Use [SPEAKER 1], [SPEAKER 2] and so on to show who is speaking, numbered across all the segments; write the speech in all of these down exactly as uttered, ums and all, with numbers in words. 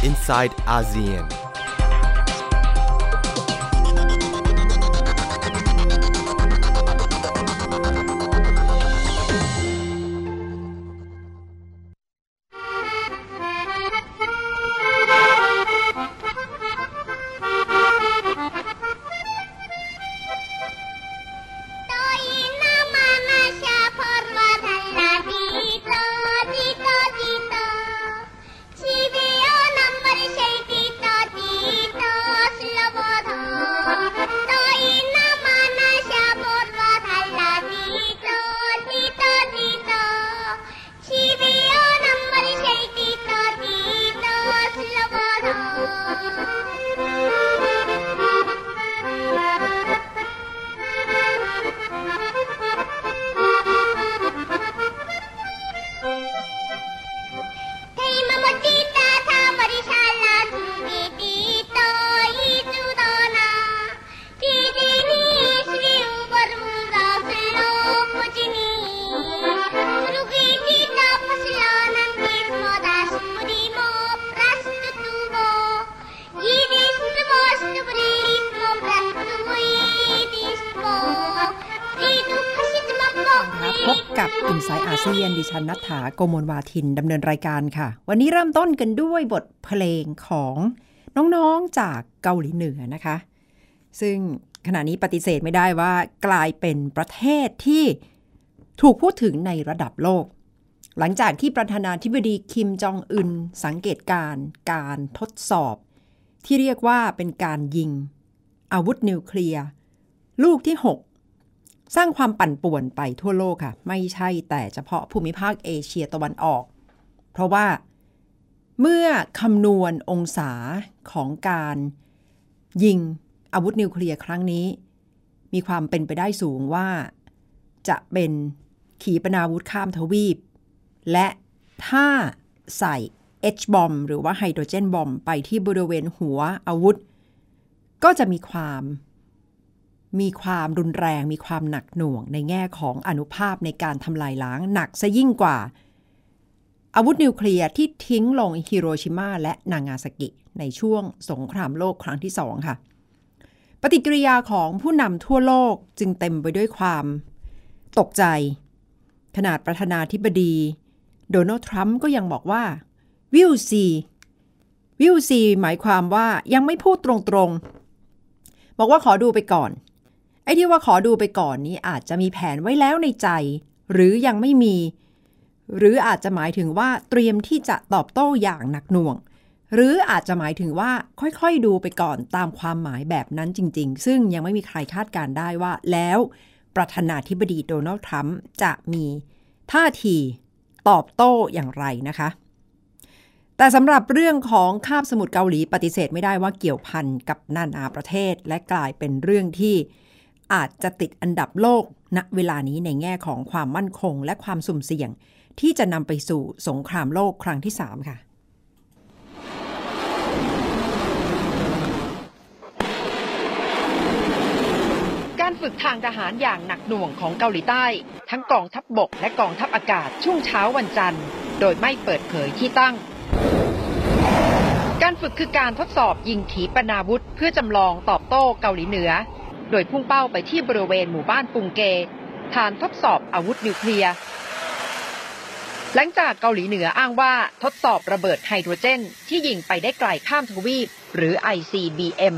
[SPEAKER 1] inside ASEAN.
[SPEAKER 2] พบกับอินไซต์อาเซียนดิฉันณัฐฐา โกมลวาทินดำเนินรายการค่ะวันนี้เริ่มต้นกันด้วยบทเพลงของน้องๆจากเกาหลีเหนือนะคะซึ่งขณะนี้ปฏิเสธไม่ได้ว่ากลายเป็นประเทศที่ถูกพูดถึงในระดับโลกหลังจากที่ประธานาธิบดีคิมจองอึนสังเกตการณ์การทดสอบที่เรียกว่าเป็นการยิงอาวุธนิวเคลียร์ลูกที่หกสร้างความปั่นป่วนไปทั่วโลกค่ะไม่ใช่แต่เฉพาะภูมิภาคเอเชียตะวันออกเพราะว่าเมื่อคำนวณองศาของการยิงอาวุธนิวเคลียร์ครั้งนี้มีความเป็นไปได้สูงว่าจะเป็นขีปนาวุธข้ามทวีปและถ้าใส่ H บอมหรือว่าไฮโดรเจนบอมไปที่บริเวณหัวอาวุธก็จะมีความมีความรุนแรงมีความหนักหน่วงในแง่ของอานุภาพในการทำลายล้างหนักซะยิ่งกว่าอาวุธนิวเคลียร์ที่ทิ้งลงฮิโรชิมาและนางาซากิในช่วงสงครามโลกครั้งที่สองค่ะปฏิกิริยาของผู้นำทั่วโลกจึงเต็มไปด้วยความตกใจขนาดประธานาธิบดีโดนัลด์ทรัมป์ก็ยังบอกว่าวิวซีวิวซีหมายความว่ายังไม่พูดตรงๆบอกว่าขอดูไปก่อนไอ้ที่ว่าขอดูไปก่อนนี้อาจจะมีแผนไว้แล้วในใจหรือยังไม่มีหรืออาจจะหมายถึงว่าเตรียมที่จะตอบโต้อย่างหนักหน่วงหรืออาจจะหมายถึงว่าค่อยๆดูไปก่อนตามความหมายแบบนั้นจริงๆซึ่งยังไม่มีใครคาดการได้ว่าแล้วประธานาธิบดีโดนัลด์ทรัมป์จะมีท่าทีตอบโต้อย่างไรนะคะแต่สำหรับเรื่องของคาบสมุทรเกาหลีปฏิเสธไม่ได้ว่าเกี่ยวพันกับนานาประเทศและกลายเป็นเรื่องที่อาจจะติดอันดับโลกณเวลานี้ในแง่ของความมั่นคงและความสุ่มเสี่ยงที่จะนำไปสู่สงครามโลกครั้งที่สามค่ะการฝึกทางทหารอย่างหนักหน่วงของเกาหลีใต้ทั้งกองทัพบกและกองทัพอากาศช่วงเช้าวันจันทร์โดยไม่เปิดเผยที่ตั้งการฝึกคือการทดสอบยิงขีปนาวุธเพื่อจำลองตอบโต้เกาหลีเหนือโดยพุ่งเป้าไปที่บริเวณหมู่บ้านปุงเกฐานทดสอบอาวุธนิวเคลียร์หลังจากเกาหลีเหนืออ้างว่าทดสอบระเบิดไฮโดรเจนที่ยิงไปได้ไกลข้ามทวีปหรือ ไอ ซี บี เอ็ม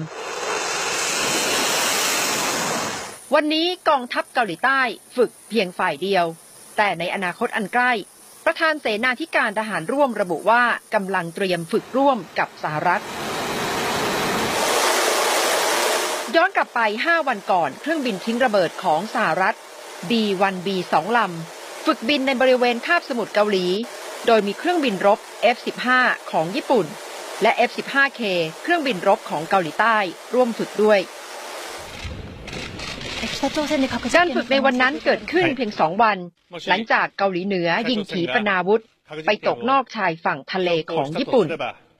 [SPEAKER 2] วันนี้กองทัพเกาหลีใต้ฝึกเพียงฝ่ายเดียวแต่ในอนาคตอันใกล้ประธานเสนาธิการทหารร่วมระบุว่ากำลังเตรียมฝึกร่วมกับสหรัฐย้อนกลับไปห้าวันก่อนเครื่องบินทิ้งระเบิดของสหรัฐ บี วัน บี สอง ลำฝึกบินในบริเวณคาบสมุทรเกาหลีโดยมีเครื่องบินรบ เอฟ สิบห้า ของญี่ปุ่นและ เอฟ สิบห้า เค เครื่องบินรบของเกาหลีใต้ร่วมฝึกด้วยการฝึกในวันนั้นเกิดขึ้นเพียงสองวันหลังจากเกาหลีเหนือยิงขีปนาวุธไปตกนอกชายฝั่งทะเลของญี่ปุ่น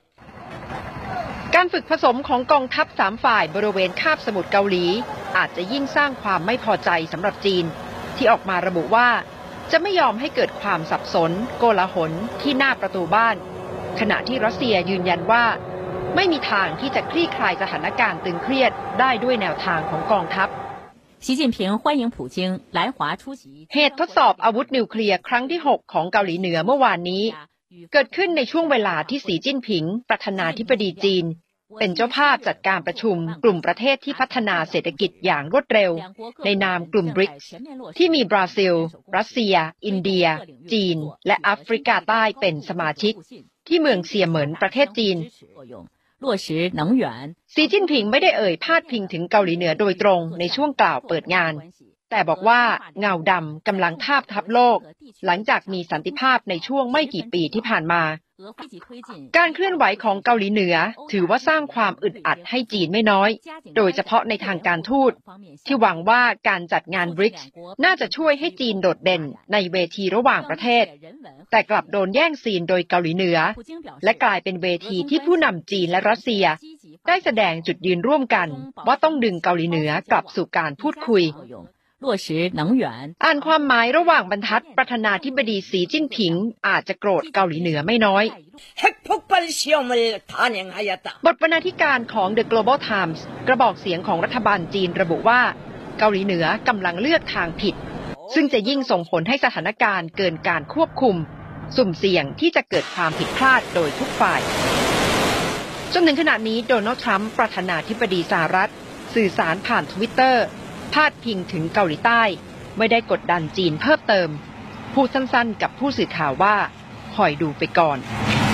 [SPEAKER 2] การฝึกผสมของกองทัพสามฝ่ายบริเวณคาบสมุทรเกาหลีอาจจะยิ่งสร้างความไม่พอใจสำหรับจีนที่ออกมาระบุว่าจะไม่ยอมให้เกิดความสับสนโกลาหลที่หน้าประตูบ้านขณะที่รัสเซียยืนยันว่าไม่มีทางที่จะคลี่คลายสถานการณ์ตึงเครียดได้ด้วยแนวทางของกองทัพ
[SPEAKER 1] 习近平欢迎普京来华出席
[SPEAKER 2] เหตุทดสอบอาวุธนิวเคลียร์ครั้งที่หกของเกาหลีเหนือเมื่อวานนี้เกิดขึ้นในช่วงเวลาที่สีจิ้นผิงประธานาธิบดีจีนเป็นเจ้าภาพจัดการประชุมกลุ่มประเทศที่พัฒนาเศรษฐกิจอย่างรวดเร็วในนามกลุ่ม บริกส์ ที่มีบราซิลรัสเซียอินเดียจีนและแอฟริกาใต้เป็นสมาชิกที่เมืองเซียเหมินประเทศจีนสีจิ้นผิงไม่ได้เอ่ยพาดพิงถึงเกาหลีเหนือโดยตรงในช่วงกล่าวเปิดงานแต่บอกว่าเงาดำกำลังทาบทับโลกหลังจากมีสันติภาพในช่วงไม่กี่ปีที่ผ่านมาการเคลื่อนไหวของเกาหลีเหนือถือว่าสร้างความอึดอัดให้จีนไม่น้อยโดยเฉพาะในทางการทูตที่หวังว่าการจัดงาน บริกส์ น่าจะช่วยให้จีนโดดเด่นในเวทีระหว่างประเทศแต่กลับโดนแย่งซีนโดยเกาหลีเหนือและกลายเป็นเวทีที่ผู้นำจีนและรัสเซียได้แสดงจุดยืนร่วมกันว่าต้องดึงเกาหลีเหนือกลับสู่การพูดคุยอ่านความหมายระหว่างบรรทัดประธานาธิบดีสีจิ้นผิงอาจจะโกรธเกาหลีเหนือไม่น้อยบทบรรณาธิการของ The Global Times กระบอกเสียงของรัฐบาลจีนระบุว่าเกาหลีเหนือกำลังเลือกทางผิดซึ่งจะยิ่งส่งผลให้สถานการณ์เกินการควบคุมสุ่มเสี่ยงที่จะเกิดความผิดพลาดโดยทุกฝ่ายจนถึงขณะนี้โดนัลด์ทรัมป์ประธานาธิบดีสหรัฐสื่อสารผ่านทวิตเตอร์พาดพิงถึงเกาหลีใต้ไม่ได้กดดันจีนเพิ่มเติมพูดสั้นๆกับผู้สื่อข่าวว่าคอยดูไปก่อน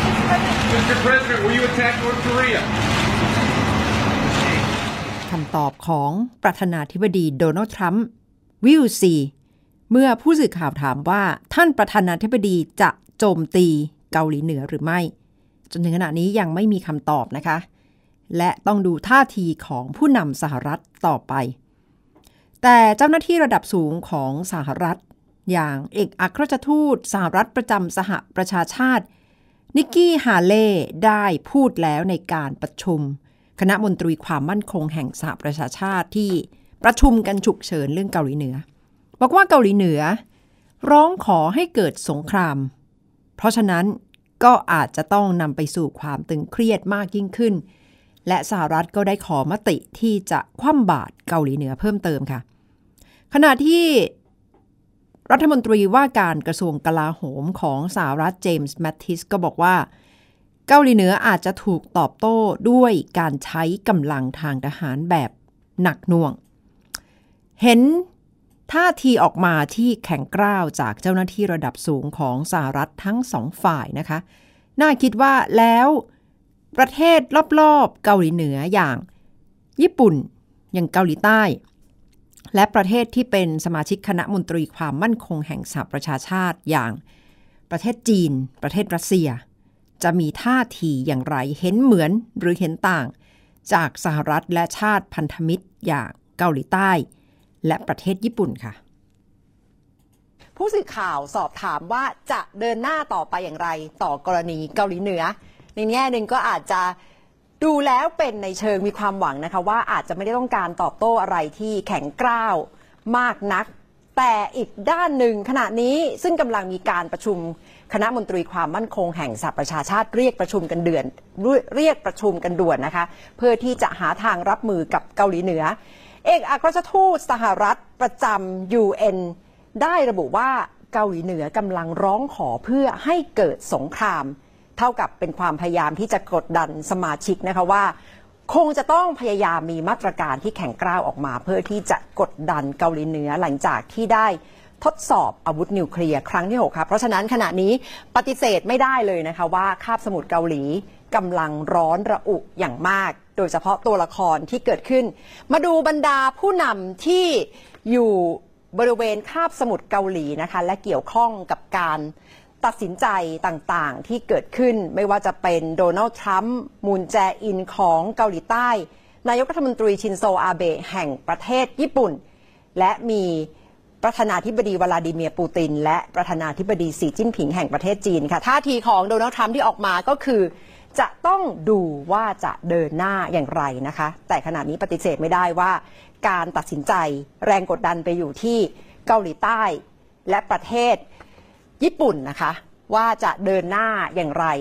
[SPEAKER 2] คำตอบของประธานาธิบดีโดนัลด์ทรัมป์วิลซีเมื่อผู้สื่อข่าวถามว่าท่านประธานาธิบดีจะโจมตีเกาหลีเหนือหรือไม่จนถึงขณะนี้ยังไม่มีคำตอบนะคะและต้องดูท่าทีของผู้นำสหรัฐต่อไปแต่เจ้าหน้าที่ระดับสูงของสหรัฐอย่างเอกอัครราชทูตสหรัฐประจำสหประชาชาตินิกกี้ฮาเล่ได้พูดแล้วในการประชุมคณะมนตรีความมั่นคงแห่งสหประชาชาติที่ประชุมกันฉุกเฉินเรื่องเกาหลีเหนือบอกว่าเกาหลีเหนือร้องขอให้เกิดสงครามเพราะฉะนั้นก็อาจจะต้องนำไปสู่ความตึงเครียดมากยิ่งขึ้นและสหรัฐก็ได้ขอมติที่จะคว่ำบาตรเกาหลีเหนือเพิ่มเติมค่ะขณะที่รัฐมนตรีว่าการกระทรวงกลาโหมของสหรัฐเจมส์แมททิสก็บอกว่าเกาหลีเหนืออาจจะถูกตอบโต้ด้วยการใช้กำลังทางทหารแบบหนักหน่วงเห็นท่าทีออกมาที่แข็งกร้าวจากเจ้าหน้าที่ระดับสูงของสหรัฐทั้งสองฝ่ายนะคะน่าคิดว่าแล้วประเทศรอบๆเกาหลีเหนืออย่างญี่ปุ่นอย่างเกาหลีใต้และประเทศที่เป็นสมาชิกคณะมนตรีความมั่นคงแห่งสหประชาชาติอย่างประเทศจีนประเทศรัสเซียจะมีท่าทีอย่างไรเห็นเหมือนหรือเห็นต่างจากสหรัฐและชาติพันธมิตรอย่างเกาหลีใต้และประเทศญี่ปุ่นค่ะผู้สื่อข่าวสอบถามว่าจะเดินหน้าต่อไปอย่างไรต่อกรณีเกาหลีเหนือในแง่หนึ่งก็อาจจะดูแล้วเป็นในเชิงมีความหวังนะคะว่าอาจจะไม่ได้ต้องการตอบโต้อะไรที่แข็งกร้าวมากนักแต่อีกด้านหนึ่งขณะนี้ซึ่งกำลังมีการประชุมคณะมนตรีความมั่นคงแห่งสหประชาชาติเรียกประชุมกันเดือนเรียกประชุมกันด่วนนะคะเพื่อที่จะหาทางรับมือกับเกาหลีเหนือเอกอัครราชทูตสหรัฐประจำ ยู เอ็น ได้ระบุว่าเกาหลีเหนือกำลังร้องขอเพื่อให้เกิดสงครามเท่ากับเป็นความพยายามที่จะกดดันสมาชิกนะคะว่าคงจะต้องพยายามมีมาตรการที่แข็งกร้าวออกมาเพื่อที่จะกดดันเกาหลีเหนือหลังจากที่ได้ทดสอบอาวุธนิวเคลียร์ครั้งที่หกค่ะเพราะฉะนั้นขณะนี้ปฏิเสธไม่ได้เลยนะคะว่าคาบสมุทรเกาหลีกำลังร้อนระอุอย่างมากโดยเฉพาะตัวละครที่เกิดขึ้นมาดูบรรดาผู้นำที่อยู่บริเวณคาบสมุทรเกาหลีนะคะและเกี่ยวข้องกับการตัดสินใจต่างๆที่เกิดขึ้นไม่ว่าจะเป็นโดนัลด์ทรัมป์มูนแจอินของเกาหลีใต้นายกรัฐมนตรีชินโซอาเบะแห่งประเทศญี่ปุ่นและมีประธานาธิบดีวลาดิเมียร์ปูตินและประธานาธิบดีสีจิ้นผิงแห่งประเทศจีนค่ะท่าทีของโดนัลด์ทรัมป์ที่ออกมาก็คือจะต้องดูว่าจะเดินหน้าอย่างไรนะคะแต่ขณะนี้ปฏิเสธไม่ได้ว่าการตัดสินใจแรงกดดันไปอยู่ที่เกาหลีใต้และประเทศญี่ปุ่นนะคะว่าจะเดินหน้าอย่างไร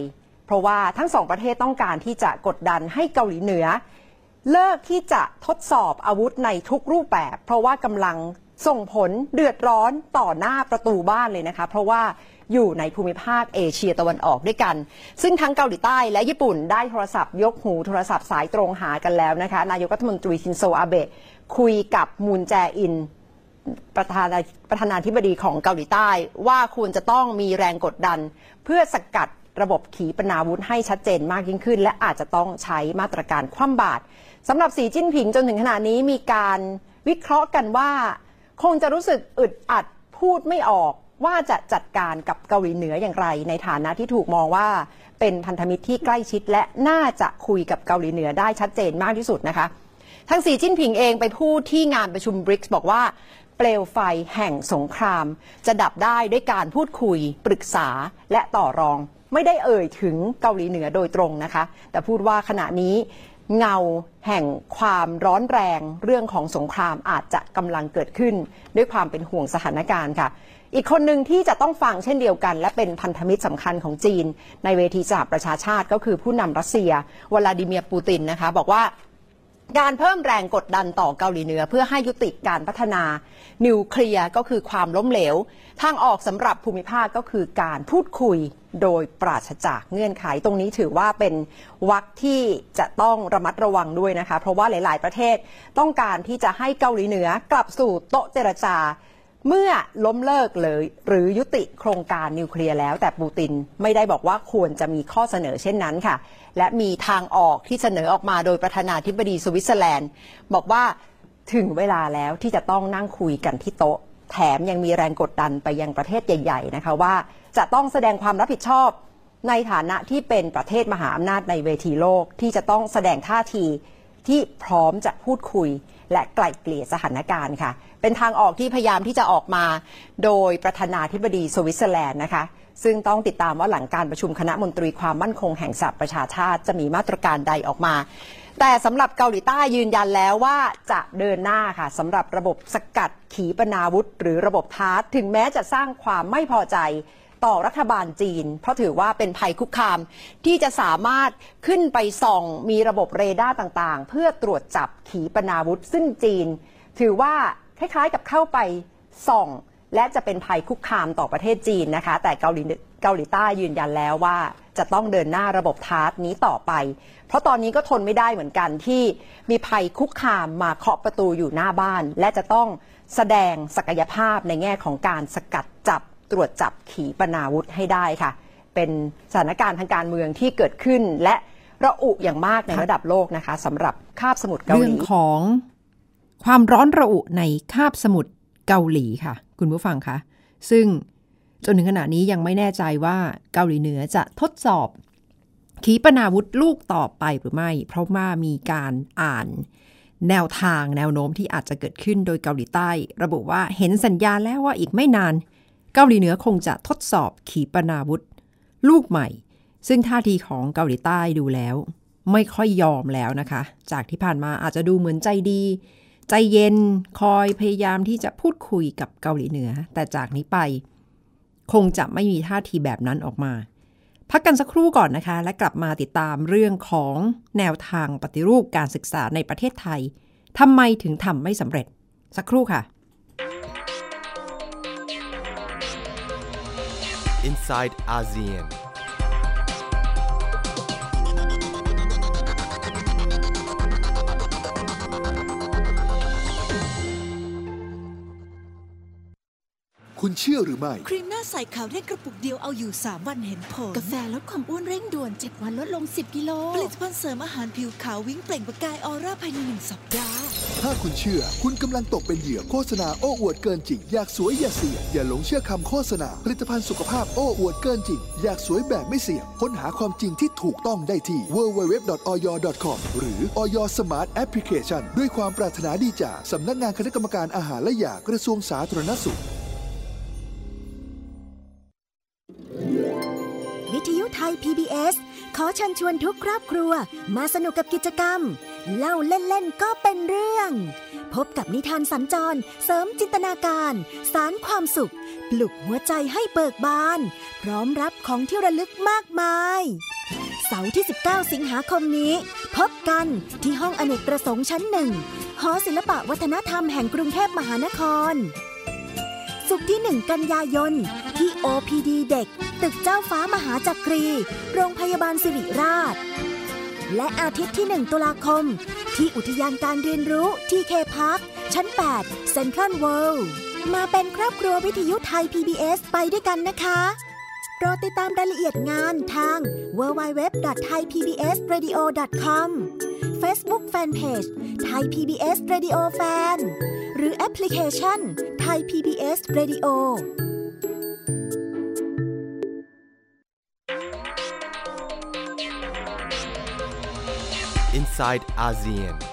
[SPEAKER 2] เพราะว่าทั้งสองประเทศต้องการที่จะกดดันให้เกาหลีเหนือเลิกที่จะทดสอบอาวุธในทุกรูปแบบเพราะว่ากำลังส่งผลเดือดร้อนต่อหน้าประตูบ้านเลยนะคะเพราะว่าอยู่ในภูมิภาคเอเชียตะวันออกด้วยกันซึ่งทั้งเกาหลีใต้และญี่ปุ่นได้โทรศัพท์ยกหูโทรศัพท์สายตรงหากันแล้วนะคะนายกรัฐมนตรีชินโซอาเบะคุยกับมูนแจอินประธานาประธานาธิบดีของเกาหลีใต้ว่าควรจะต้องมีแรงกดดันเพื่อสกัดระบบขีปนาวุธให้ชัดเจนมากยิ่งขึ้นและอาจจะต้องใช้มาตรการคว่ำบาตรสำหรับสีจิ้นผิงจนถึงขณะนี้มีการวิเคราะห์กันว่าคงจะรู้สึกอึดอัดพูดไม่ออกว่าจะจัดการกับเกาหลีเหนืออย่างไรในฐานะที่ถูกมองว่าเป็นพันธมิตรที่ใกล้ชิดและน่าจะคุยกับเกาหลีเหนือได้ชัดเจนมากที่สุดนะคะทั้งสีจิ้นผิงเองไปพูดที่งานประชุม บริกส์ บอกว่าเปลวไฟแห่งสงครามจะดับได้ด้วยการพูดคุยปรึกษาและต่อรองไม่ได้เอ่ยถึงเกาหลีเหนือโดยตรงนะคะแต่พูดว่าขณะนี้เงาแห่งความร้อนแรงเรื่องของสงครามอาจจะกำลังเกิดขึ้นด้วยความเป็นห่วงสถานการณ์ค่ะอีกคนหนึ่งที่จะต้องฟังเช่นเดียวกันและเป็นพันธมิตรสำคัญของจีนในเวทีสหประชาชาติก็คือผู้นำรัสเซียวลาดิเมียร์ปูตินนะคะบอกว่าการเพิ่มแรงกดดันต่อเกาหลีเหนือเพื่อให้ยุติการพัฒนานิวเคลียร์ก็คือความล้มเหลวทางออกสำหรับภูมิภาคก็คือการพูดคุยโดยปราศจากเงื่อนไขตรงนี้ถือว่าเป็นวรรคที่จะต้องระมัดระวังด้วยนะคะเพราะว่าหลายๆประเทศต้องการที่จะให้เกาหลีเหนือกลับสู่โต๊ะเจรจาเมื่อล้มเลิกเลยหรือยุติโครงการนิวเคลียร์แล้วแต่ปูตินไม่ได้บอกว่าควรจะมีข้อเสนอเช่นนั้นค่ะและมีทางออกที่เสนอออกมาโดยประธานาธิบดีสวิตเซอร์แลนด์บอกว่าถึงเวลาแล้วที่จะต้องนั่งคุยกันที่โต๊ะแถมยังมีแรงกดดันไปยังประเทศใหญ่ๆนะคะว่าจะต้องแสดงความรับผิดชอบในฐานะที่เป็นประเทศมหาอำนาจในเวทีโลกที่จะต้องแสดงท่าทีที่พร้อมจะพูดคุยและไกล่เกลี่ยสถานการณ์ค่ะเป็นทางออกที่พยายามที่จะออกมาโดยประธานาธิบดีสวิตเซอร์แลนด์นะคะซึ่งต้องติดตามว่าหลังการประชุมคณะมนตรีความมั่นคงแห่งสหประชาชาติจะมีมาตรการใดออกมาแต่สำหรับเกาหลีใต้ยืนยันแล้วว่าจะเดินหน้าค่ะสำหรับระบบสกัดขีปนาวุธหรือระบบทาร์ตถึงแม้จะสร้างความไม่พอใจต่อรัฐบาลจีนเพราะถือว่าเป็นภัยคุกคามที่จะสามารถขึ้นไปส่องมีระบบเรดาร์ต่างๆเพื่อตรวจจับขีปนาวุธซึ่งจีนถือว่าคล้ายๆกับเข้าไปส่องและจะเป็นภัยคุกคามต่อประเทศจีนนะคะแต่เกาหลีเกาหลีใต้ยืนยันแล้วว่าจะต้องเดินหน้าระบบทาร์ตนี้ต่อไปเพราะตอนนี้ก็ทนไม่ได้เหมือนกันที่มีภัยคุกคามมาเคาะประตูอยู่หน้าบ้านและจะต้องแสดงศักยภาพในแง่ของการสกัดจับตรวจจับขีปนาวุธให้ได้ค่ะเป็นสถานการณ์ทางการเมืองที่เกิดขึ้นและระอุอย่างมากในระดับโลกนะคะสำหรับคาบสมุทรเกาหลี
[SPEAKER 3] เรื่องของความร้อนระอุในคาบสมุทรเกาหลีค่ะคุณผู้ฟังคะซึ่งจนถึงขณะนี้ยังไม่แน่ใจว่าเกาหลีเหนือจะทดสอบขีปนาวุธลูกต่อไปหรือไม่เพราะว่ามีการอ่านแนวทางแนวโน้มที่อาจจะเกิดขึ้นโดยเกาหลีใต้ระบุว่าเห็นสัญญาณแล้วว่าอีกไม่นานเกาหลีเหนือคงจะทดสอบขีปนาวุธลูกใหม่ซึ่งท่าทีของเกาหลีใต้ดูแล้วไม่ค่อยยอมแล้วนะคะจากที่ผ่านมาอาจจะดูเหมือนใจดีใจเย็นคอยพยายามที่จะพูดคุยกับเกาหลีเหนือแต่จากนี้ไปคงจะไม่มีท่าทีแบบนั้นออกมาพักกันสักครู่ก่อนนะคะและกลับมาติดตามเรื่องของแนวทางปฏิรูปการศึกษาในประเทศไทยทำไมถึงทำไม่สำเร็จสักครู่ค่ะ
[SPEAKER 4] Inside อาเซียน
[SPEAKER 5] คุณเชื่อหรือไม่
[SPEAKER 6] ครีมหน้าใสขาวเร่งกระปุกเดียวเอาอยู่สามวันเห็นผล
[SPEAKER 7] กาแฟลดความอ้วนเร่งด่วนเจ็ดวันลดลงสิบกิโล
[SPEAKER 6] ผลิตภัณฑ์เสริมอาหารผิวขาววิ่งเปล่งประกายออร่าภายในหนึ่งสัปดาห์
[SPEAKER 5] ถ้าคุณเชื่อคุณกำลังตกเป็นเหยื่อโฆษณาโอ้อวดเกินจริงอยากสวยอย่าเสี่ยงอย่าหลงเชื่อคำโฆษณาผลิตภัณฑ์สุขภาพโอ้อวดเกินจริงอยากสวยแบบไม่เสี่ยงค้นหาความจริงที่ถูกต้องได้ที่ ดับเบิลยู ดับเบิลยู ดับเบิลยู ดอท ออย ดอท คอม หรือ อย Smart Application ด้วยความปรารถนาดีจากสำนักงานคณะกรรมการอาหารและยากระทรวงสาธารณสุข
[SPEAKER 7] วิทยุไทย พี บี เอส ขอเชิญชวนทุกครอบครัวมาสนุกกับกิจกรรมเล่าเล่นๆก็เป็นเรื่องพบกับนิทานสัญจรเสริมจินตนาการสารความสุขปลุกหัวใจให้เบิกบานพร้อมรับของที่ระลึกมากมายเสาร์ที่สิบเก้าสิงหาคมนี้พบกันที่ห้องอเนกประสงค์ชั้นหนึ่งหอศิลปะวัฒนธรรมแห่งกรุงเทพมหานครศุกร์ที่หนึ่งกันยายนที่ โอ พี ดี เด็กตึกเจ้าฟ้ามหาจักรีโรงพยาบาลสิริราชและอาทิตย์ที่หนึ่งตุลาคมที่อุทยานการเรียนรู้ ที เค Park ชั้นแปด Central World มาเป็นครอบครัววิทยุไทย พี บี เอส ไปด้วยกันนะคะรอติดตามรายละเอียดงานทาง ดับเบิลยู ดับเบิลยู ดับเบิลยู ดอท ไทย พี บี เอส เรดิโอ ดอท คอม Facebook Fanpage Thai พี บี เอส Radio Fan หรือแอปพลิเคชัน Thai พี บี เอส Radio
[SPEAKER 4] Inside อาเซียน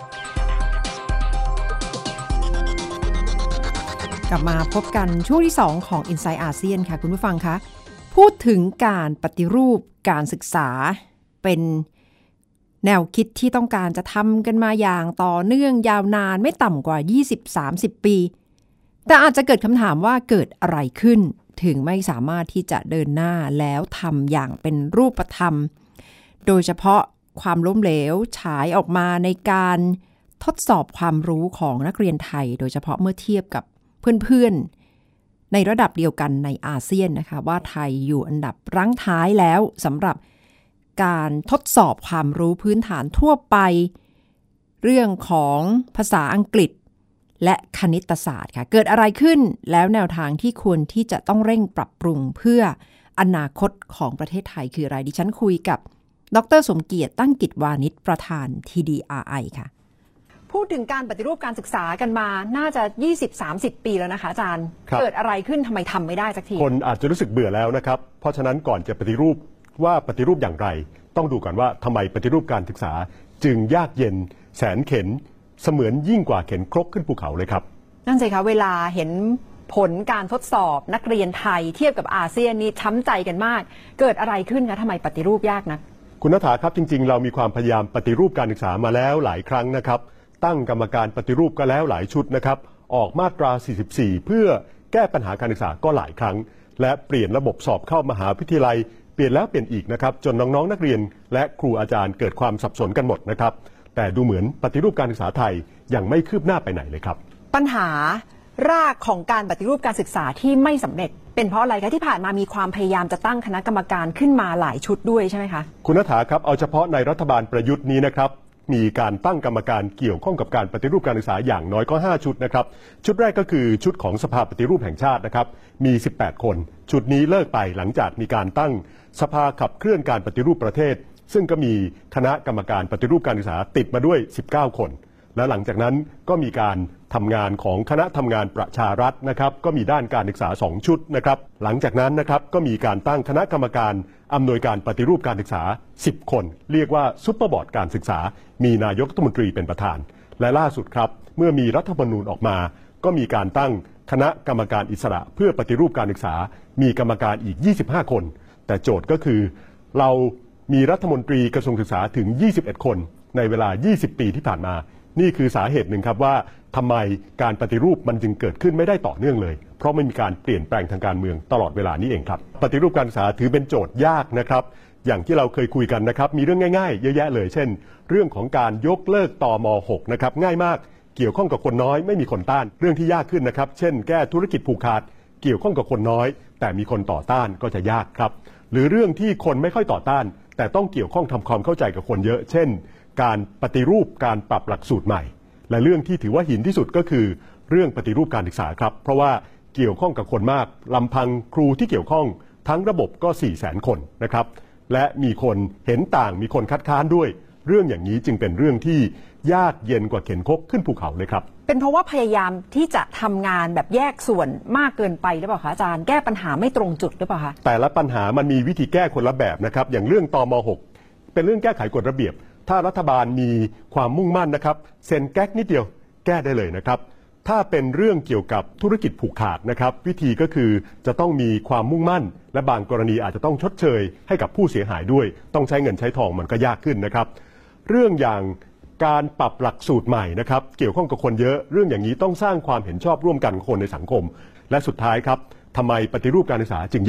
[SPEAKER 2] กลับมาพบกันช่วงที่สองของ Inside อาเซียนค่ะคุณผู้ฟังคะพูดถึงการปฏิรูปการศึกษาเป็นแนวคิดที่ต้องการจะทำกันมาอย่างต่อเนื่องยาวนานไม่ต่ำกว่า ยี่สิบถึงสามสิบ ปีแต่อาจจะเกิดคำถามว่าเกิดอะไรขึ้นถึงไม่สามารถที่จะเดินหน้าแล้วทำอย่างเป็นรูปธรรมโดยเฉพาะความล้มเหลวฉายออกมาในการทดสอบความรู้ของนักเรียนไทยโดยเฉพาะเมื่อเทียบกับเพื่อนๆในระดับเดียวกันในอาเซียนนะคะว่าไทยอยู่อันดับรั้งท้ายแล้วสำหรับการทดสอบความรู้พื้นฐานทั่วไปเรื่องของภาษาอังกฤษและคณิตศาสตร์ค่ะเกิดอะไรขึ้นแล้วแนวทางที่ควรที่จะต้องเร่งปรับปรุงเพื่ออนาคตของประเทศไทยคืออะไรดิฉันคุยกับดร.สมเกียรติตั้งกิจวานิชประธาน ที ดี อาร์ ไอ ค่ะพูดถึงการปฏิรูปการศึกษากันมาน่าจะ ยี่สิบถึงสามสิบ ปีแล้วนะคะอาจารย์เกิดอะไรขึ้นทำไมทำไม่ได้สักที
[SPEAKER 8] คนอาจจะรู้สึกเบื่อแล้วนะครับเพราะฉะนั้นก่อนจะปฏิรูปว่าปฏิรูปอย่างไรต้องดูก่อนว่าทำไมปฏิรูปการศึกษาจึงยากเย็นแสนเข็ญเสมือนยิ่งกว่าเข็นครกขึ้นภูเขาเลยครับ
[SPEAKER 2] นั่นสิคะเวลาเห็นผลการทดสอบนักเรียนไทยเทียบกับอาเซียนนี่ช้ำใจกันมากเกิดอะไรขึ้นคะทำไมปฏิรูปยากนัก
[SPEAKER 8] คุณณฐาครับจริงๆเรามีความพยายามปฏิรูปการศึกษามาแล้วหลายครั้งนะครับตั้งกรรมการปฏิรูปก็แล้วหลายชุดนะครับออกมาตราสี่สิบสี่เพื่อแก้ปัญหาการศึกษาก็หลายครั้งและเปลี่ยนระบบสอบเข้ามหาวิทยาลัยเปลี่ยนแล้วเปลี่ยนอีกนะครับจนน้องๆนักเรียนและครูอาจารย์เกิดความสับสนกันหมดนะครับแต่ดูเหมือนปฏิรูปการศึกษาไทยยังไม่คืบหน้าไปไหนเลยครับ
[SPEAKER 2] ปัญหารากของการปฏิรูปการศึกษาที่ไม่สำเร็จเป็นเพราะอะไรคะที่ผ่านมามีความพยายามจะตั้งคณะกรรมการขึ้นมาหลายชุดด้วยใช่ไหมคะ
[SPEAKER 8] คุณณฐาครับเอาเฉพาะในรัฐบาลประยุทธ์นี้นะครับมีการตั้งกรรมการเกี่ยวข้องกับการปฏิรูปการศึกษาอย่างน้อยก็ห้าชุดนะครับชุดแรกก็คือชุดของสภาปฏิรูปแห่งชาตินะครับมีสิบแปดคนชุดนี้เลิกไปหลังจากมีการตั้งสภาขับเคลื่อนการปฏิรูปประเทศซึ่งก็มีคณะกรรมการปฏิรูปการศึกษาติดมาด้วยสิบเก้าคนและหลังจากนั้นก็มีการทำงานของคณะทำงานประชารัฐนะครับก็มีด้านการศึกษาสองชุดนะครับหลังจากนั้นนะครับก็มีการตั้งคณะกรรมการอำนวยการปฏิรูปการศึกษาสิบคนเรียกว่าซุปเปอร์บอร์ดการศึกษามีนายกรัฐมนตรีเป็นประธานและล่าสุดครับเมื่อมีรัฐธรรมนูญออกมาก็มีการตั้งคณะกรรมการอิสระเพื่อปฏิรูปการศึกษามีกรรมการอีกยี่สิบห้าคนแต่โจทย์ก็คือเรามีรัฐมนตรีกระทรวงศึกษาถึงยี่สิบเอ็ดคนในเวลายี่สิบปีที่ผ่านมานี่คือสาเหตุหนึ่งครับว่าทำไมการปฏิรูปมันจึงเกิดขึ้นไม่ได้ต่อเนื่องเลยเพราะไม่มีการเปลี่ยนแปลงทางการเมืองตลอดเวลานี้เองครับปฏิรูปการศึกษาถือเป็นโจทย์ยากนะครับอย่างที่เราเคยคุยกันนะครับมีเรื่องง่ายๆเยอะแยะเลยเช่นเรื่องของการยกเลิกตม.หกนะครับง่ายมากเกี่ยวข้องกับคนน้อยไม่มีคนต้านเรื่องที่ยากขึ้นนะครับเช่นแก้ธุรกิจผูกขาดเกี่ยวข้องกับคนน้อยแต่มีคนต่อต้านก็จะยากครับหรือเรื่องที่คนไม่ค่อยต่อต้านแต่ต้องเกี่ยวข้องทำความเข้าใจกับคนเยอะเช่นการปฏิรูปการปรับหลักสูตรใหม่และเรื่องที่ถือว่าหินที่สุดก็คือเรื่องปฏิรูปการศึกษาครับเพราะว่าเกี่ยวข้องกับคนมากลำพังครูที่เกี่ยวข้องทั้งระบบก็ สี่แสน คนนะครับและมีคนเห็นต่างมีคนคัดค้านด้วยเรื่องอย่างนี้จึงเป็นเรื่องที่ยากเย็นกว่าเข็นคกขึ้นภูเขาเลยครับ
[SPEAKER 2] เป็นเพราะว่าพยายามที่จะทำงานแบบแยกส่วนมากเกินไปหรือเปล่าคะอาจารย์แก้ปัญหาไม่ตรงจุดหรือเปล่าคะ
[SPEAKER 8] แต่ละปัญหามันมีวิธีแก้คนละแบบนะครับอย่างเรื่องตม.หกเป็นเรื่องแก้ไขกฎระเบียบถ้ารัฐบาลมีความมุ่งมั่นนะครับเซ็นแก๊กนิดเดียวแก้ได้เลยนะครับถ้าเป็นเรื่องเกี่ยวกับธุรกิจผูกขาดนะครับวิธีก็คือจะต้องมีความมุ่งมั่นและบางกรณีอาจจะต้องชดเชยให้กับผู้เสียหายด้วยต้องใช้เงินใช้ทองมันก็ยากขึ้นนะครับเรื่องอย่างการปรับหลักสูตรใหม่นะครับเกี่ยวข้องกับคนเยอะเรื่องอย่างนี้ต้องสร้างความเห็นชอบร่วมกันคนในสังคมและสุดท้ายครับทำไมปฏิรูปการศึกษาจึงยาก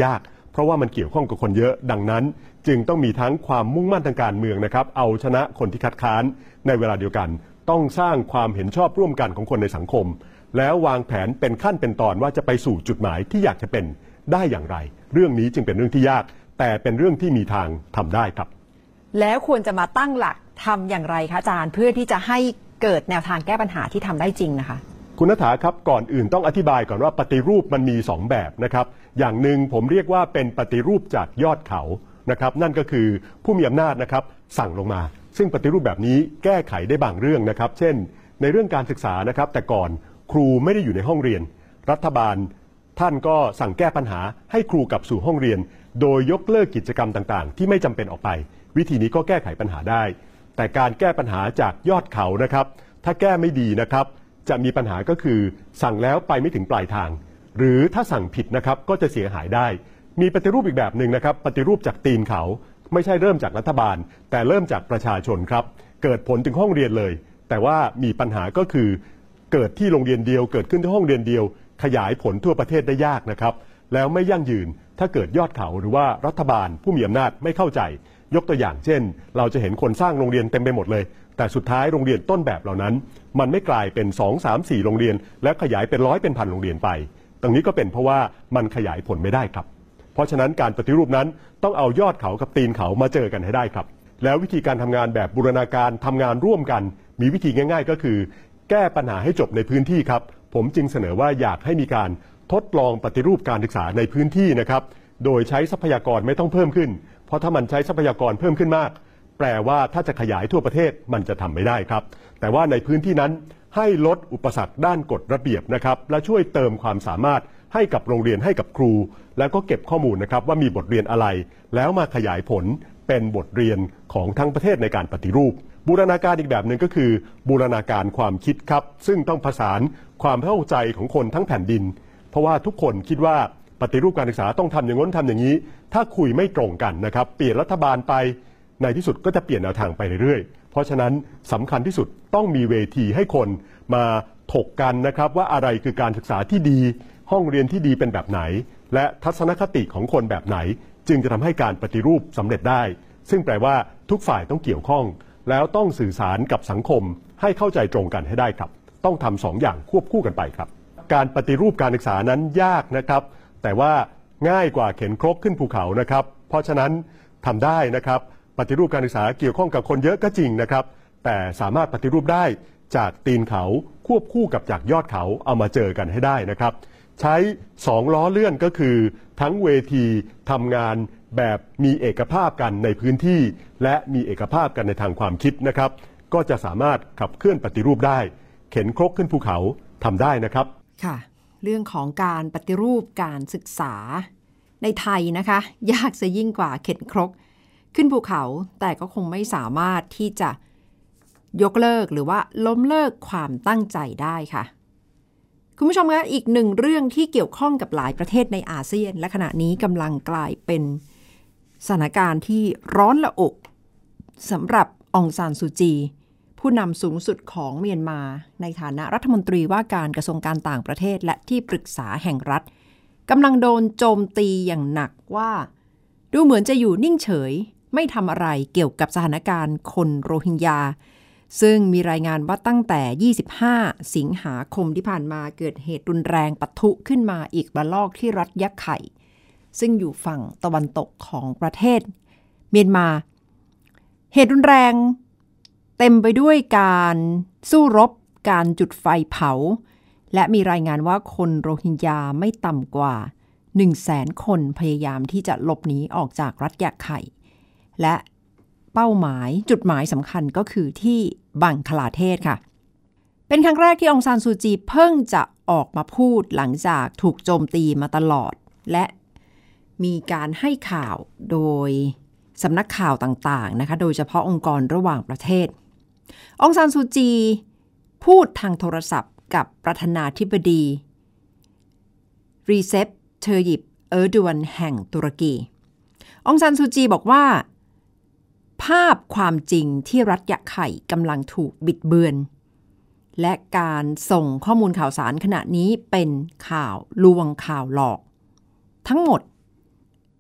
[SPEAKER 8] เพราะว่ามันเกี่ยวข้องกับคนเยอะดังนั้นจึงต้องมีทั้งความมุ่งมั่นทางการเมืองนะครับเอาชนะคนที่คัดค้านในเวลาเดียวกันต้องสร้างความเห็นชอบร่วมกันของคนในสังคมแล้ววางแผนเป็นขั้นเป็นตอนว่าจะไปสู่จุดหมายที่อยากจะเป็นได้อย่างไรเรื่องนี้จึงเป็นเรื่องที่ยากแต่เป็นเรื่องที่มีทางทำได้ครับ
[SPEAKER 3] แล้วควรจะมาตั้งหลักทำอย่างไรคะอาจารย์เพื่อที่จะให้เกิดแนวทางแก้ปัญหาที่ทำได้จริงนะคะ
[SPEAKER 8] คุณณฐาครับก่อนอื่นต้องอธิบายก่อนว่าปฏิรูปมันมีสองแบบนะครับอย่างหนึ่งผมเรียกว่าเป็นปฏิรูปจากยอดเขานะครับนั่นก็คือผู้มีอำนาจนะครับสั่งลงมาซึ่งปฏิรูปแบบนี้แก้ไขได้บางเรื่องนะครับเช่นในเรื่องการศึกษานะครับแต่ก่อนครูไม่ได้อยู่ในห้องเรียนรัฐบาลท่านก็สั่งแก้ปัญหาให้ครูกลับสู่ห้องเรียนโดยยกเลิกกิจกรรมต่างๆที่ไม่จำเป็นออกไปวิธีนี้ก็แก้ไขปัญหาได้แต่การแก้ปัญหาจากยอดเขานะครับถ้าแก้ไม่ดีนะครับจะมีปัญหาก็คือสั่งแล้วไปไม่ถึงปลายทางหรือถ้าสั่งผิดนะครับก็จะเสียหายได้มีปฏิรูปอีกแบบหนึ่งนะครับปฏิรูปจากตีนเขาไม่ใช่เริ่มจากรัฐบาลแต่เริ่มจากประชาชนครับเกิดผลถึงห้องเรียนเลยแต่ว่ามีปัญหาก็คือเกิดที่โรงเรียนเดียวเกิดขึ้นที่ห้องเรียนเดียวขยายผลทั่วประเทศได้ยากนะครับแล้วไม่ยั่งยืนถ้าเกิดยอดเขาหรือว่ารัฐบาลผู้มีอำนาจไม่เข้าใจยกตัวอย่างเช่นเราจะเห็นคนสร้างโรงเรียนเต็มไปหมดเลยแต่สุดท้ายโรงเรียนต้นแบบเหล่านั้นมันไม่กลายเป็นสอง สาม สี่โรงเรียนและขยายเป็นร้อยเป็นพันโรงเรียนไปตรงนี้ก็เป็นเพราะว่ามันขยายผลไม่ได้ครับเพราะฉะนั้นการปฏิรูปนั้นต้องเอายอดเขากับตีนเขามาเจอกันให้ได้ครับแล้ววิธีการทำงานแบบบูรณาการทำงานร่วมกันมีวิธีง่ายๆก็คือแก้ปัญหาให้จบในพื้นที่ครับผมจึงเสนอว่าอยากให้มีการทดลองปฏิรูปการศึกษาในพื้นที่นะครับโดยใช้ทรัพยากรไม่ต้องเพิ่มขึ้นเพราะถ้ามันใช้ทรัพยากรเพิ่มขึ้นมากแปลว่าถ้าจะขยายทั่วประเทศมันจะทำไม่ได้ครับแต่ว่าในพื้นที่นั้นให้ลดอุปสรรคด้านกฎระเบียบนะครับและช่วยเติมความสามารถให้กับโรงเรียนให้กับครูแล้วก็เก็บข้อมูลนะครับว่ามีบทเรียนอะไรแล้วมาขยายผลเป็นบทเรียนของทั้งประเทศในการปฏิรูปบูรณาการอีกแบบหนึ่งก็คือบูรณาการความคิดครับซึ่งต้องผสานความเข้าใจของคนทั้งแผ่นดินเพราะว่าทุกคนคิดว่าปฏิรูปการศึกษาต้องทำอย่างน้นทำอย่างนี้ถ้าคุยไม่ตรงกันนะครับเปลี่ยนรัฐบาลไปในที่สุดก็จะเปลี่ยนแนวทางไปเรื่อยๆเพราะฉะนั้นสำคัญที่สุดต้องมีเวทีให้คนมาถกกันนะครับว่าอะไรคือการศึกษาที่ดีห้องเรียนที่ดีเป็นแบบไหนและทัศนคติของคนแบบไหนจึงจะทำให้การปฏิรูปสำเร็จได้ซึ่งแปลว่าทุกฝ่ายต้องเกี่ยวข้องแล้วต้องสื่อสารกับสังคมให้เข้าใจตรงกันให้ได้ครับต้องทำสองอย่างควบคู่กันไปครับการปฏิรูปการศึกษานั้นยากนะครับแต่ว่าง่ายกว่าเข็นครกขึ้นภูเขานะครับเพราะฉะนั้นทำได้นะครับปฏิรูปการศึกษาเกี่ยวข้องกับคนเยอะก็จริงนะครับแต่สามารถปฏิรูปได้จากตีนเขาควบคู่กับจากยอดเขาเอามาเจอกันให้ได้นะครับใช้สองล้อเลื่อนก็คือทั้งเวทีทำงานแบบมีเอกภาพกันในพื้นที่และมีเอกภาพกันในทางความคิดนะครับก็จะสามารถขับเคลื่อนปฏิรูปได้เข็นครกขึ้นภูเขาทำได้นะครับ
[SPEAKER 3] ค่ะเรื่องของการปฏิรูปการศึกษาในไทยนะคะยากซะยิ่งกว่าเข็นครกขึ้นภูเขาแต่ก็คงไม่สามารถที่จะยกเลิกหรือว่าล้มเลิกความตั้งใจได้ค่ะคุณผู้ชมคะอีกหนึ่งเรื่องที่เกี่ยวข้องกับหลายประเทศในอาเซียนและขณะนี้กำลังกลายเป็นสถานการณ์ที่ร้อนระอุสำหรับองซานซูจีผู้นำสูงสุดของเมียนมาในฐานะรัฐมนตรีว่าการกระทรวงการต่างประเทศและที่ปรึกษาแห่งรัฐกำลังโดนโจมตีอย่างหนักว่าดูเหมือนจะอยู่นิ่งเฉยไม่ทำอะไรเกี่ยวกับสถานการณ์คนโรฮิงญาซึ่งมีรายงานว่าตั้งแต่ยี่สิบห้าสิงหาคมที่ผ่านมาเกิดเหตุรุนแรงปะทุขึ้นมาอีกระลอกที่รัฐยะไข่ซึ่งอยู่ฝั่งตะวันตกของประเทศเมียนมาเหตุรุนแรงเต็มไปด้วยการสู้รบการจุดไฟเผาและมีรายงานว่าคนโรฮิงญาไม่ต่ำกว่า หนึ่งแสน คนพยายามที่จะหลบหนีออกจากรัฐยะไข่และเป้าหมายจุดหมายสำคัญก็คือที่บังคลาเทศค่ะเป็นครั้งแรกที่องซานซูจีเพิ่งจะออกมาพูดหลังจากถูกโจมตีมาตลอดและมีการให้ข่าวโดยสำนักข่าวต่างๆนะคะโดยเฉพาะองค์กรระหว่างประเทศองซานซูจีพูดทางโทรศัพท์กับประธานาธิบดีรีเซปเทอยิปเออร์ดวนแห่งตุรกีองซานซูจีบอกว่าภาพความจริงที่รัฐยะไข่กำลังถูกบิดเบือนและการส่งข้อมูลข่าวสารขณะนี้เป็นข่าวลวงข่าวหลอกทั้งหมด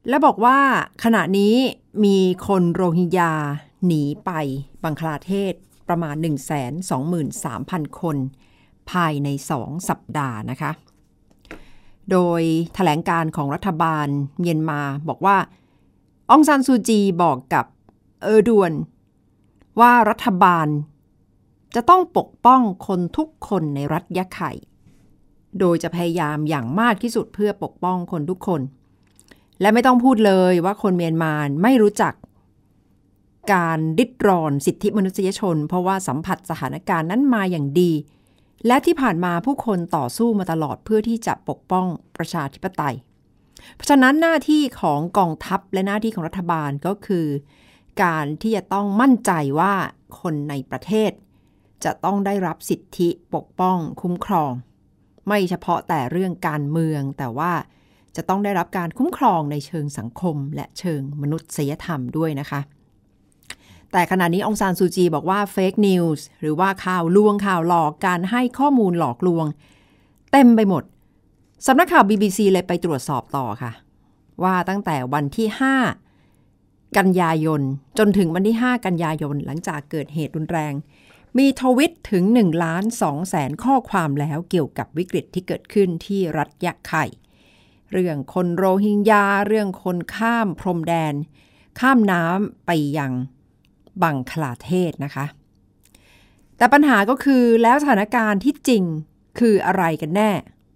[SPEAKER 3] และบอกว่าขณะนี้มีคนโรฮิงญาหนีไปบังคลาเทศประมาณ หนึ่งแสนสองหมื่นสามพัน คนภายในสองสัปดาห์นะคะโดยแถลงการของรัฐบาลเมียนมาบอกว่าองซานซูจีบอกกับเออร์ดวนว่ารัฐบาลจะต้องปกป้องคนทุกคนในรัฐยะไข่โดยจะพยายามอย่างมากที่สุดเพื่อปกป้องคนทุกคนและไม่ต้องพูดเลยว่าคนเมียนมาไม่รู้จักการริดรอนสิทธิมนุษยชนเพราะว่าสัมผัสสถานการณ์นั้นมาอย่างดีและที่ผ่านมาผู้คนต่อสู้มาตลอดเพื่อที่จะปกป้องประชาธิปไตยเพราะฉะนั้นหน้าที่ของกองทัพและหน้าที่ของรัฐบาลก็คือการที่จะต้องมั่นใจว่าคนในประเทศจะต้องได้รับสิทธิปกป้องคุ้มครองไม่เฉพาะแต่เรื่องการเมืองแต่ว่าจะต้องได้รับการคุ้มครองในเชิงสังคมและเชิงมนุษยธรรมด้วยนะคะแต่ขณะนี้องซานซูจีบอกว่าเฟกนิวส์หรือว่าข่าวลวงข่าวหลอกการให้ข้อมูลหลอกลวงเต็มไปหมดสำนักข่าว บี บี ซี เลยไปตรวจสอบต่อค่ะว่าตั้งแต่วันที่ห้ากันยายนจนถึงวันที่ห้ากันยายนหลังจากเกิดเหตุรุนแรงมีทวิตถึง หนึ่งล้านสองแสน ข้อความแล้วเกี่ยวกับวิกฤตที่เกิดขึ้นที่รัฐยะไข่เรื่องคนโรฮิงญาเรื่องคนข้ามพรมแดนข้ามน้ำไปยังบังคลาเทศนะคะแต่ปัญหาก็คือแล้วสถานการณ์ที่จริงคืออะไรกันแน่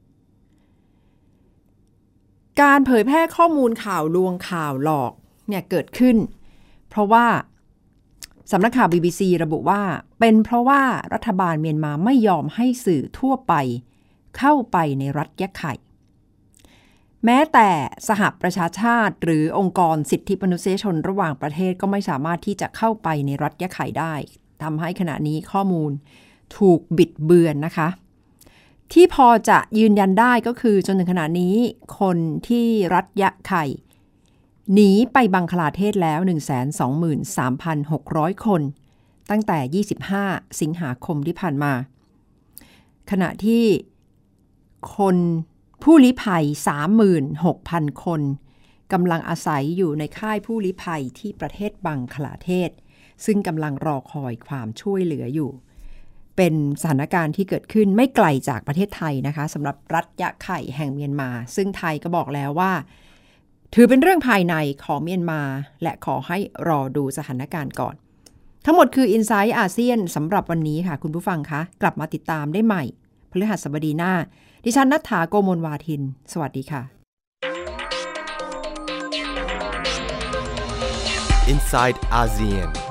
[SPEAKER 3] การเผยแพร่ข้อมูลข่าวลวงข่าวหลอกเนี่ยเกิดขึ้นเพราะว่าสำนักข่าว บี บี ซี ระบุว่าเป็นเพราะว่ารัฐบาลเมียนมาไม่ยอมให้สื่อทั่วไปเข้าไปในรัฐยะไข่แม้แต่สหประชาชาติหรือองค์กรสิทธิมนุษยชนระหว่างประเทศก็ไม่สามารถที่จะเข้าไปในรัฐยะไข่ได้ทำให้ขณะนี้ข้อมูลถูกบิดเบือนนะคะที่พอจะยืนยันได้ก็คือจนถึงขณะนี้คนที่รัฐยะไข่หนีไปบังคลาเทศแล้ว หนึ่งแสนสองหมื่นสามพันหกร้อย คนตั้งแต่ยี่สิบห้าสิงหาคมที่ผ่านมาขณะที่คนผู้ลี้ภัย สามหมื่นหกพัน คนกำลังอาศัยอยู่ในค่ายผู้ลี้ภัยที่ประเทศบังคลาเทศซึ่งกำลังรอคอยความช่วยเหลืออยู่เป็นสถานการณ์ที่เกิดขึ้นไม่ไกลจากประเทศไทยนะคะสำหรับรัฐยะไข่แห่งเมียนมาซึ่งไทยก็บอกแล้วว่าถือเป็นเรื่องภายในของเมียนมาและขอให้รอดูสถานการณ์ก่อนทั้งหมดคือ Inside อาเซียนสำหรับวันนี้ค่ะคุณผู้ฟังคะกลับมาติดตามได้ใหม่พฤหัสบดีหน้าดิฉันณัฐฐา โกมลวาทินสวัสดีค่ะ
[SPEAKER 4] Inside อาเซียน